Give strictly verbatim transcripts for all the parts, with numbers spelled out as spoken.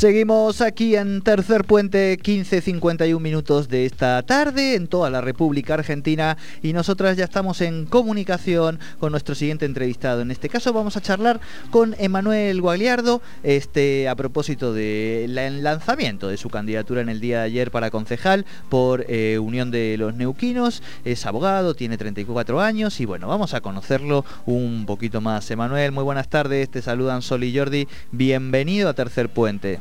Seguimos aquí en Tercer Puente, quince cincuenta y un minutos de esta tarde en toda la República Argentina, y nosotras ya estamos en comunicación con nuestro siguiente entrevistado. En este caso vamos a charlar con Emanuel Guagliardo, este, a propósito del lanzamiento de su candidatura en el día de ayer para concejal por eh, Unión de los Neuquinos. Es abogado, tiene treinta y cuatro años y bueno, vamos a conocerlo un poquito más. Emanuel, muy buenas tardes, te saludan Sol y Jordi, bienvenido a Tercer Puente.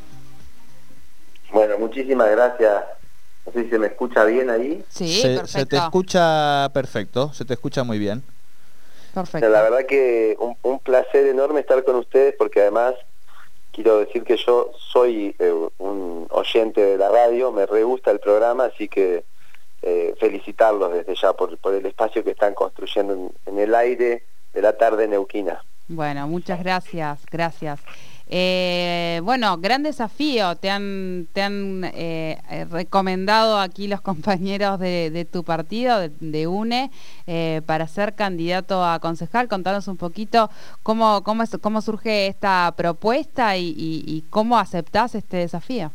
Bueno, muchísimas gracias. No sé si se me escucha bien ahí. Sí, se, perfecto. Se te escucha perfecto, se te escucha muy bien. Perfecto. La verdad que un, un placer enorme estar con ustedes, porque además quiero decir que yo soy eh, un oyente de la radio, me re gusta el programa, así que eh, felicitarlos desde ya por, por el espacio que están construyendo en, en el aire de la tarde neuquina. Bueno, muchas gracias, gracias. Eh, bueno, gran desafío, te han, te han eh, recomendado aquí los compañeros de, de tu partido, de, de UNE, eh, para ser candidato a concejal. Contanos un poquito cómo, cómo, es, cómo surge esta propuesta y, y, y cómo aceptás este desafío.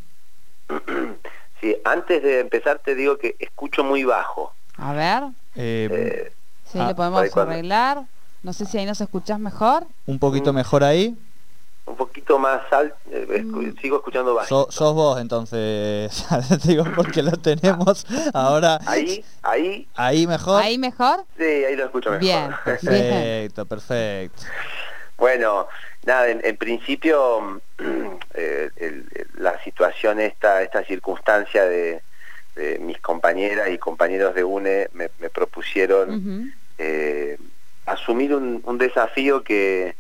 Sí, antes de empezar te digo que escucho muy bajo. A ver, eh, eh, sí, ah, lo podemos arreglar. No sé si ahí nos escuchás mejor. Un poquito mejor ahí. Un poquito más alto, eh, mm. sigo escuchando bajito. So, sos vos entonces, digo, porque lo tenemos ahora. Ahí, ahí. Ahí mejor. ¿Ahí mejor? Sí, ahí lo escucho mejor. Bien. Perfecto, perfecto. Bueno, nada, en, en principio eh, el, la situación esta, esta circunstancia de, de mis compañeras y compañeros de UNE me, me propusieron uh-huh. eh, asumir un, un desafío que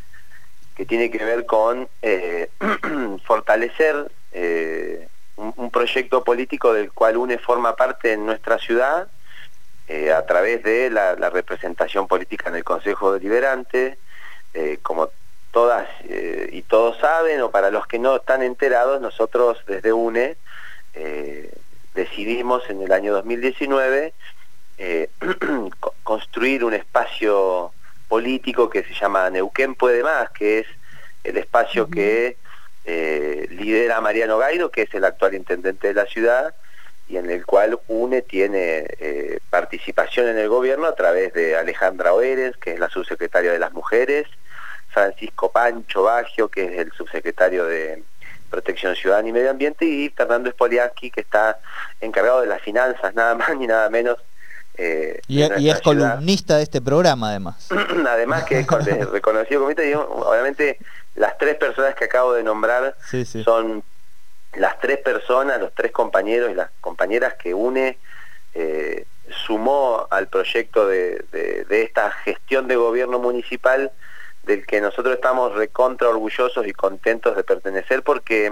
que tiene que ver con eh, fortalecer eh, un, un proyecto político del cual UNE forma parte en nuestra ciudad, eh, a través de la, la representación política en el Consejo Deliberante. Eh, como todas eh, y todos saben, o para los que no están enterados, nosotros desde UNE eh, decidimos en el año dos mil diecinueve eh, construir un espacio político que se llama Neuquén Puede Más, que es el espacio uh-huh. que eh, lidera Mariano Gairo, que es el actual intendente de la ciudad, y en el cual UNE tiene eh, participación en el gobierno a través de Alejandra Oeres, que es la subsecretaria de las Mujeres, Francisco Pancho Baggio, que es el subsecretario de Protección Ciudadana y Medio Ambiente, y Fernando Spoliansky, que está encargado de las finanzas, nada más ni nada menos. Eh, y, y es columnista de este programa, además. Además que es reconocido comité, y obviamente las tres personas que acabo de nombrar sí, sí. son las tres personas, los tres compañeros y las compañeras que UNE eh, sumó al proyecto de, de, de esta gestión de gobierno municipal, del que nosotros estamos recontra orgullosos y contentos de pertenecer, porque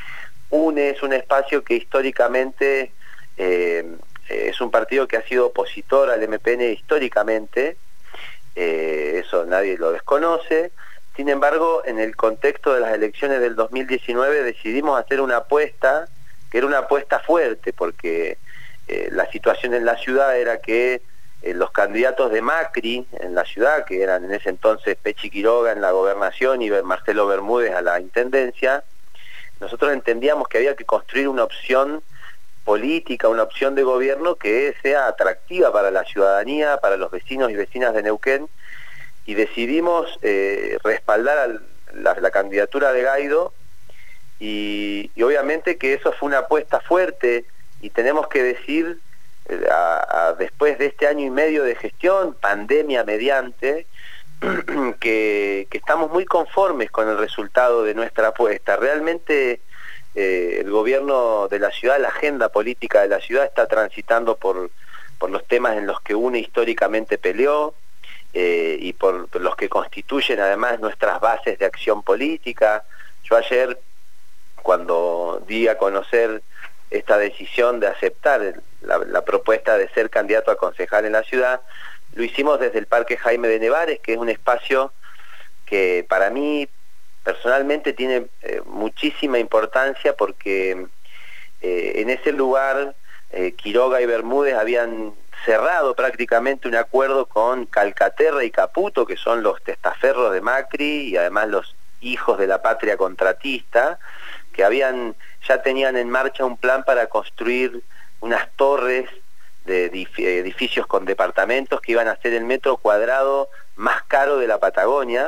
UNE es un espacio que históricamente eh, es un partido que ha sido opositor al M P N históricamente, eh, eso nadie lo desconoce. Sin embargo, en el contexto de las elecciones del dos mil diecinueve decidimos hacer una apuesta, que era una apuesta fuerte, porque eh, la situación en la ciudad era que eh, los candidatos de Macri en la ciudad, que eran en ese entonces Pechi Quiroga en la gobernación y Marcelo Bermúdez a la intendencia, nosotros entendíamos que había que construir una opción política, una opción de gobierno que sea atractiva para la ciudadanía, para los vecinos y vecinas de Neuquén, y decidimos eh, respaldar a la, la candidatura de Gairo, y, y obviamente que eso fue una apuesta fuerte, y tenemos que decir, eh, a, a, después de este año y medio de gestión, pandemia mediante, que, que estamos muy conformes con el resultado de nuestra apuesta. Realmente Eh, el gobierno de la ciudad, la agenda política de la ciudad está transitando por, por los temas en los que UNE históricamente peleó, eh, y por, por los que constituyen además nuestras bases de acción política. Yo ayer, cuando di a conocer esta decisión de aceptar la, la propuesta de ser candidato a concejal en la ciudad, lo hicimos desde el Parque Jaime de Nevares, que es un espacio que para mí personalmente tiene eh, muchísima importancia, porque eh, en ese lugar eh, Quiroga y Bermúdez habían cerrado prácticamente un acuerdo con Calcaterra y Caputo, que son los testaferros de Macri y además los hijos de la patria contratista, que habían ya tenían en marcha un plan para construir unas torres de edificios con departamentos que iban a ser el metro cuadrado más caro de la Patagonia,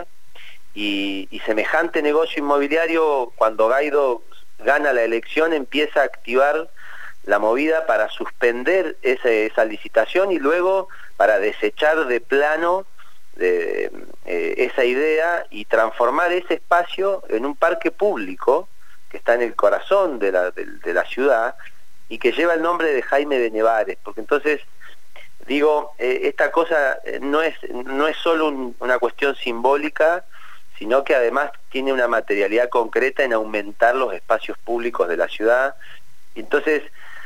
y, y semejante negocio inmobiliario, cuando Guaidó gana la elección, empieza a activar la movida para suspender ese, esa licitación y luego para desechar de plano de, eh, esa idea y transformar ese espacio en un parque público que está en el corazón de la, de, de la ciudad y que lleva el nombre de Jaime de Nevares, porque entonces, digo, eh, esta cosa no es, no es solo un, una cuestión simbólica, sino que además tiene una materialidad concreta en aumentar los espacios públicos de la ciudad. Entonces,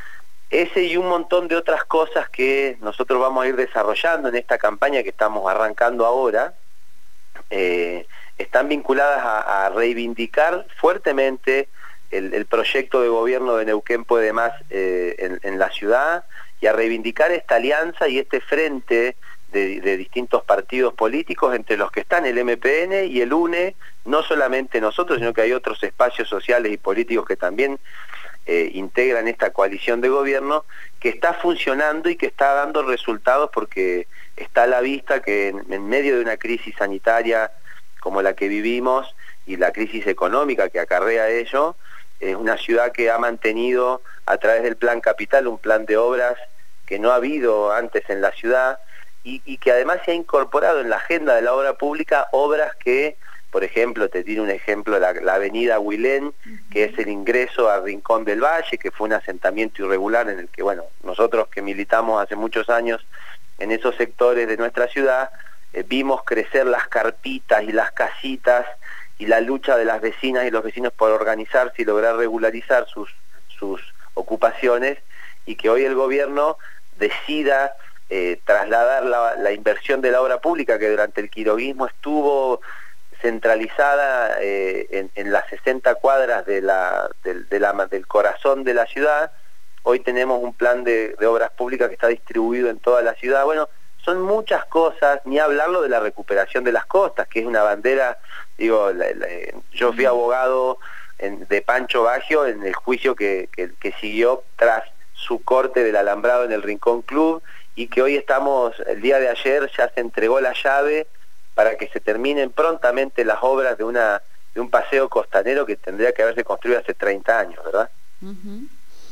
ese y un montón de otras cosas que nosotros vamos a ir desarrollando en esta campaña que estamos arrancando ahora, eh, están vinculadas a, a reivindicar fuertemente el, el proyecto de gobierno de Neuquén Puede Más eh, en, en la ciudad, y a reivindicar esta alianza y este frente de, de distintos partidos políticos, entre los que están el M P N y el U N E, no solamente nosotros, sino que hay otros espacios sociales y políticos que también eh, integran esta coalición de gobierno, que está funcionando y que está dando resultados, porque está a la vista que en, en medio de una crisis sanitaria como la que vivimos y la crisis económica que acarrea ello, es una ciudad que ha mantenido a través del Plan Capital un plan de obras que no ha habido antes en la ciudad, y, y que además se ha incorporado en la agenda de la obra pública obras que, por ejemplo, te tiro un ejemplo, la, la avenida Huilén, que es el ingreso a Rincón del Valle, que fue un asentamiento irregular en el que, bueno, nosotros que militamos hace muchos años en esos sectores de nuestra ciudad, eh, vimos crecer las carpitas y las casitas y la lucha de las vecinas y los vecinos por organizarse y lograr regularizar sus, sus ocupaciones, y que hoy el gobierno decida eh, trasladar la, la inversión de la obra pública, que durante el quiroguismo estuvo centralizada eh, en, en las sesenta cuadras de la, de, de la, del corazón de la ciudad. Hoy tenemos un plan de, de obras públicas que está distribuido en toda la ciudad. Bueno, son muchas cosas, ni hablarlo de la recuperación de las costas, que es una bandera, digo, la, la, yo fui abogado en, de Pancho Baggio en el juicio que, que, que siguió tras su corte del alambrado en el Rincón Club, y que hoy estamos, el día de ayer ya se entregó la llave para que se terminen prontamente las obras de una de un paseo costanero que tendría que haberse construido hace treinta años, ¿verdad? Uh-huh.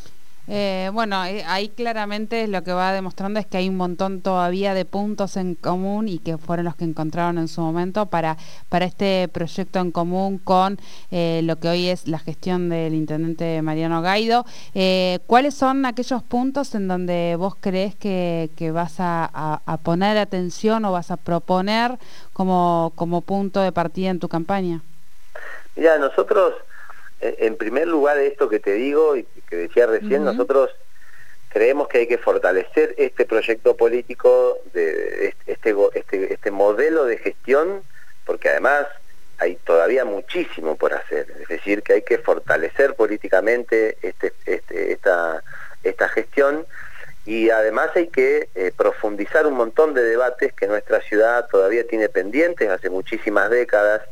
Eh, bueno, eh, ahí claramente lo que va demostrando es que hay un montón todavía de puntos en común, y que fueron los que encontraron en su momento para, para este proyecto en común con eh, lo que hoy es la gestión del intendente Mariano Guaidó. Eh, ¿Cuáles son aquellos puntos en donde vos creés que, que vas a, a, a poner atención o vas a proponer como, como punto de partida en tu campaña? Mira, nosotros, en primer lugar, esto que te digo y que decía recién, uh-huh. nosotros creemos que hay que fortalecer este proyecto político, de este, este, este modelo de gestión, porque además hay todavía muchísimo por hacer. Es decir, que hay que fortalecer políticamente este, este, esta, esta gestión, y además hay que eh, profundizar un montón de debates que nuestra ciudad todavía tiene pendientes hace muchísimas décadas.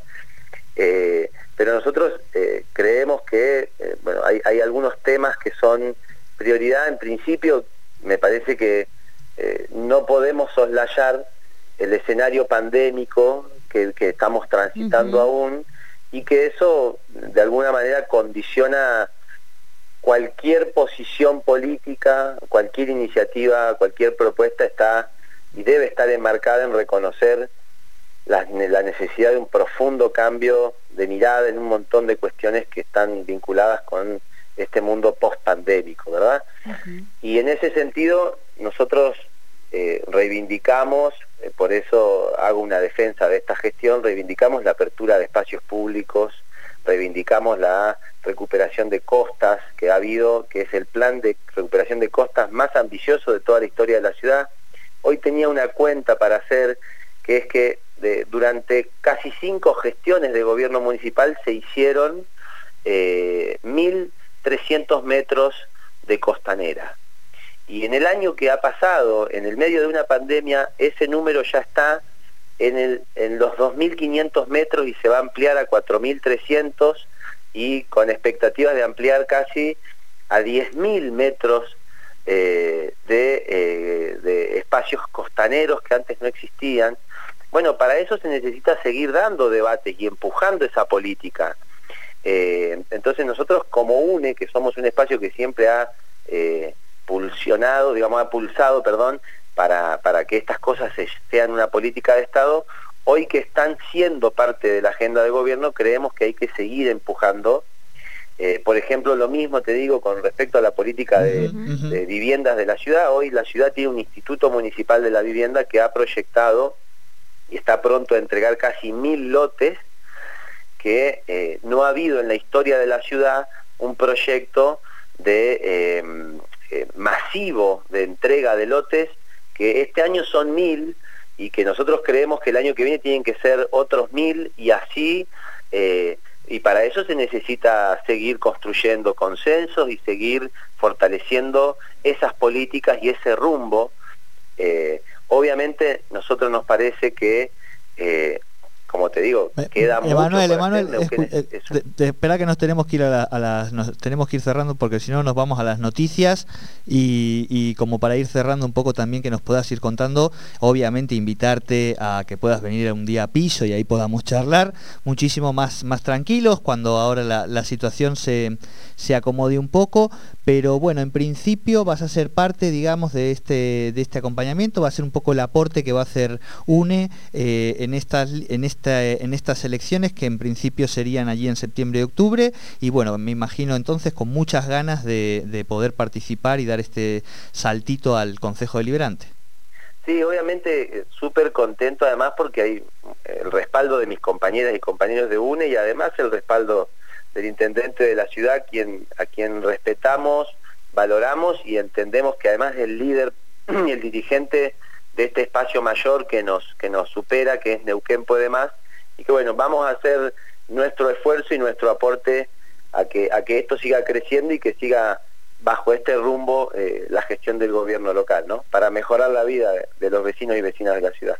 Eh, pero nosotros eh, creemos que eh, bueno, hay, hay algunos temas que son prioridad. En principio, me parece que eh, no podemos soslayar el escenario pandémico que, que estamos transitando uh-huh. aún, y que eso de alguna manera condiciona cualquier posición política, cualquier iniciativa, cualquier propuesta está y debe estar enmarcada en reconocer La, la necesidad de un profundo cambio de mirada en un montón de cuestiones que están vinculadas con este mundo post-pandémico, ¿verdad? Uh-huh. Y en ese sentido, nosotros eh, reivindicamos, eh, por eso hago una defensa de esta gestión, reivindicamos la apertura de espacios públicos, reivindicamos la recuperación de costas que ha habido, que es el plan de recuperación de costas más ambicioso de toda la historia de la ciudad. Hoy tenía una cuenta para hacer, que es que De, durante casi cinco gestiones de gobierno municipal se hicieron eh, mil trescientos metros de costanera, y en el año que ha pasado, en el medio de una pandemia, ese número ya está en, el, en los dos mil quinientos metros y se va a ampliar a cuatro mil trescientos, y con expectativas de ampliar casi a diez mil metros eh, de, eh, de espacios costaneros que antes no existían. Bueno, para eso se necesita seguir dando debates y empujando esa política. Eh, entonces nosotros como UNE, que somos un espacio que siempre ha eh, pulsionado, digamos, ha pulsado, perdón, para, para que estas cosas se, sean una política de Estado, hoy que están siendo parte de la agenda de gobierno, creemos que hay que seguir empujando. Eh, por ejemplo, lo mismo te digo con respecto a la política de, uh-huh. de viviendas de la ciudad. Hoy la ciudad tiene un Instituto Municipal de la Vivienda que ha proyectado y está pronto a entregar casi mil lotes, que eh, no ha habido en la historia de la ciudad un proyecto de eh, eh, masivo de entrega de lotes, que este año son mil, y que nosotros creemos que el año que viene tienen que ser otros mil, y así, eh, y para eso se necesita seguir construyendo consensos y seguir fortaleciendo esas políticas y ese rumbo. Eh, obviamente, nosotros nos parece que, eh, como te digo, queda Emanuel, mucho Emanuel, por hacer. eh, eh, te, te espera que nos tenemos que ir a, la, a las, nos tenemos que ir cerrando, porque si no nos vamos a las noticias, y, y como para ir cerrando un poco también que nos puedas ir contando, obviamente invitarte a que puedas venir un día a piso y ahí podamos charlar muchísimo más, más tranquilos cuando ahora la, la situación se, se acomode un poco, pero bueno, en principio vas a ser parte, digamos, de este, de este acompañamiento, va a ser un poco el aporte que va a hacer UNE eh, en estas, en estas en estas elecciones, que en principio serían allí en septiembre y octubre, y bueno, me imagino entonces con muchas ganas de, de poder participar y dar este saltito al Concejo Deliberante. Sí, obviamente súper contento, además porque hay el respaldo de mis compañeras y compañeros de UNE, y además el respaldo del intendente de la ciudad, quien, a quien respetamos, valoramos y entendemos que además es el líder y el dirigente de este espacio mayor que nos que nos supera, que es Neuquén Puede Más, y que bueno, vamos a hacer nuestro esfuerzo y nuestro aporte a que a que esto siga creciendo y que siga bajo este rumbo eh, la gestión del gobierno local, ¿no? Para mejorar la vida de, de los vecinos y vecinas de la ciudad.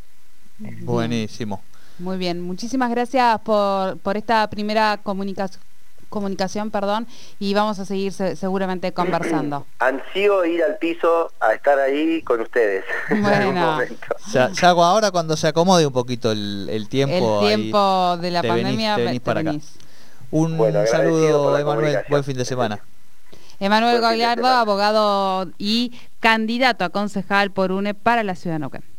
Buenísimo. Muy bien, muchísimas gracias por, por esta primera comunicación. comunicación, perdón, y vamos a seguir se seguramente conversando. Ansío ir al piso a estar ahí con ustedes. Bueno, ya, ya ahora cuando se acomode un poquito el, el tiempo, el tiempo de la te pandemia, venís, te venís te para venís. acá. Un bueno, saludo, Emanuel, buen fin de semana. Emanuel Gagliardo, abogado y candidato a concejal por UNE para la ciudad de Neuquén.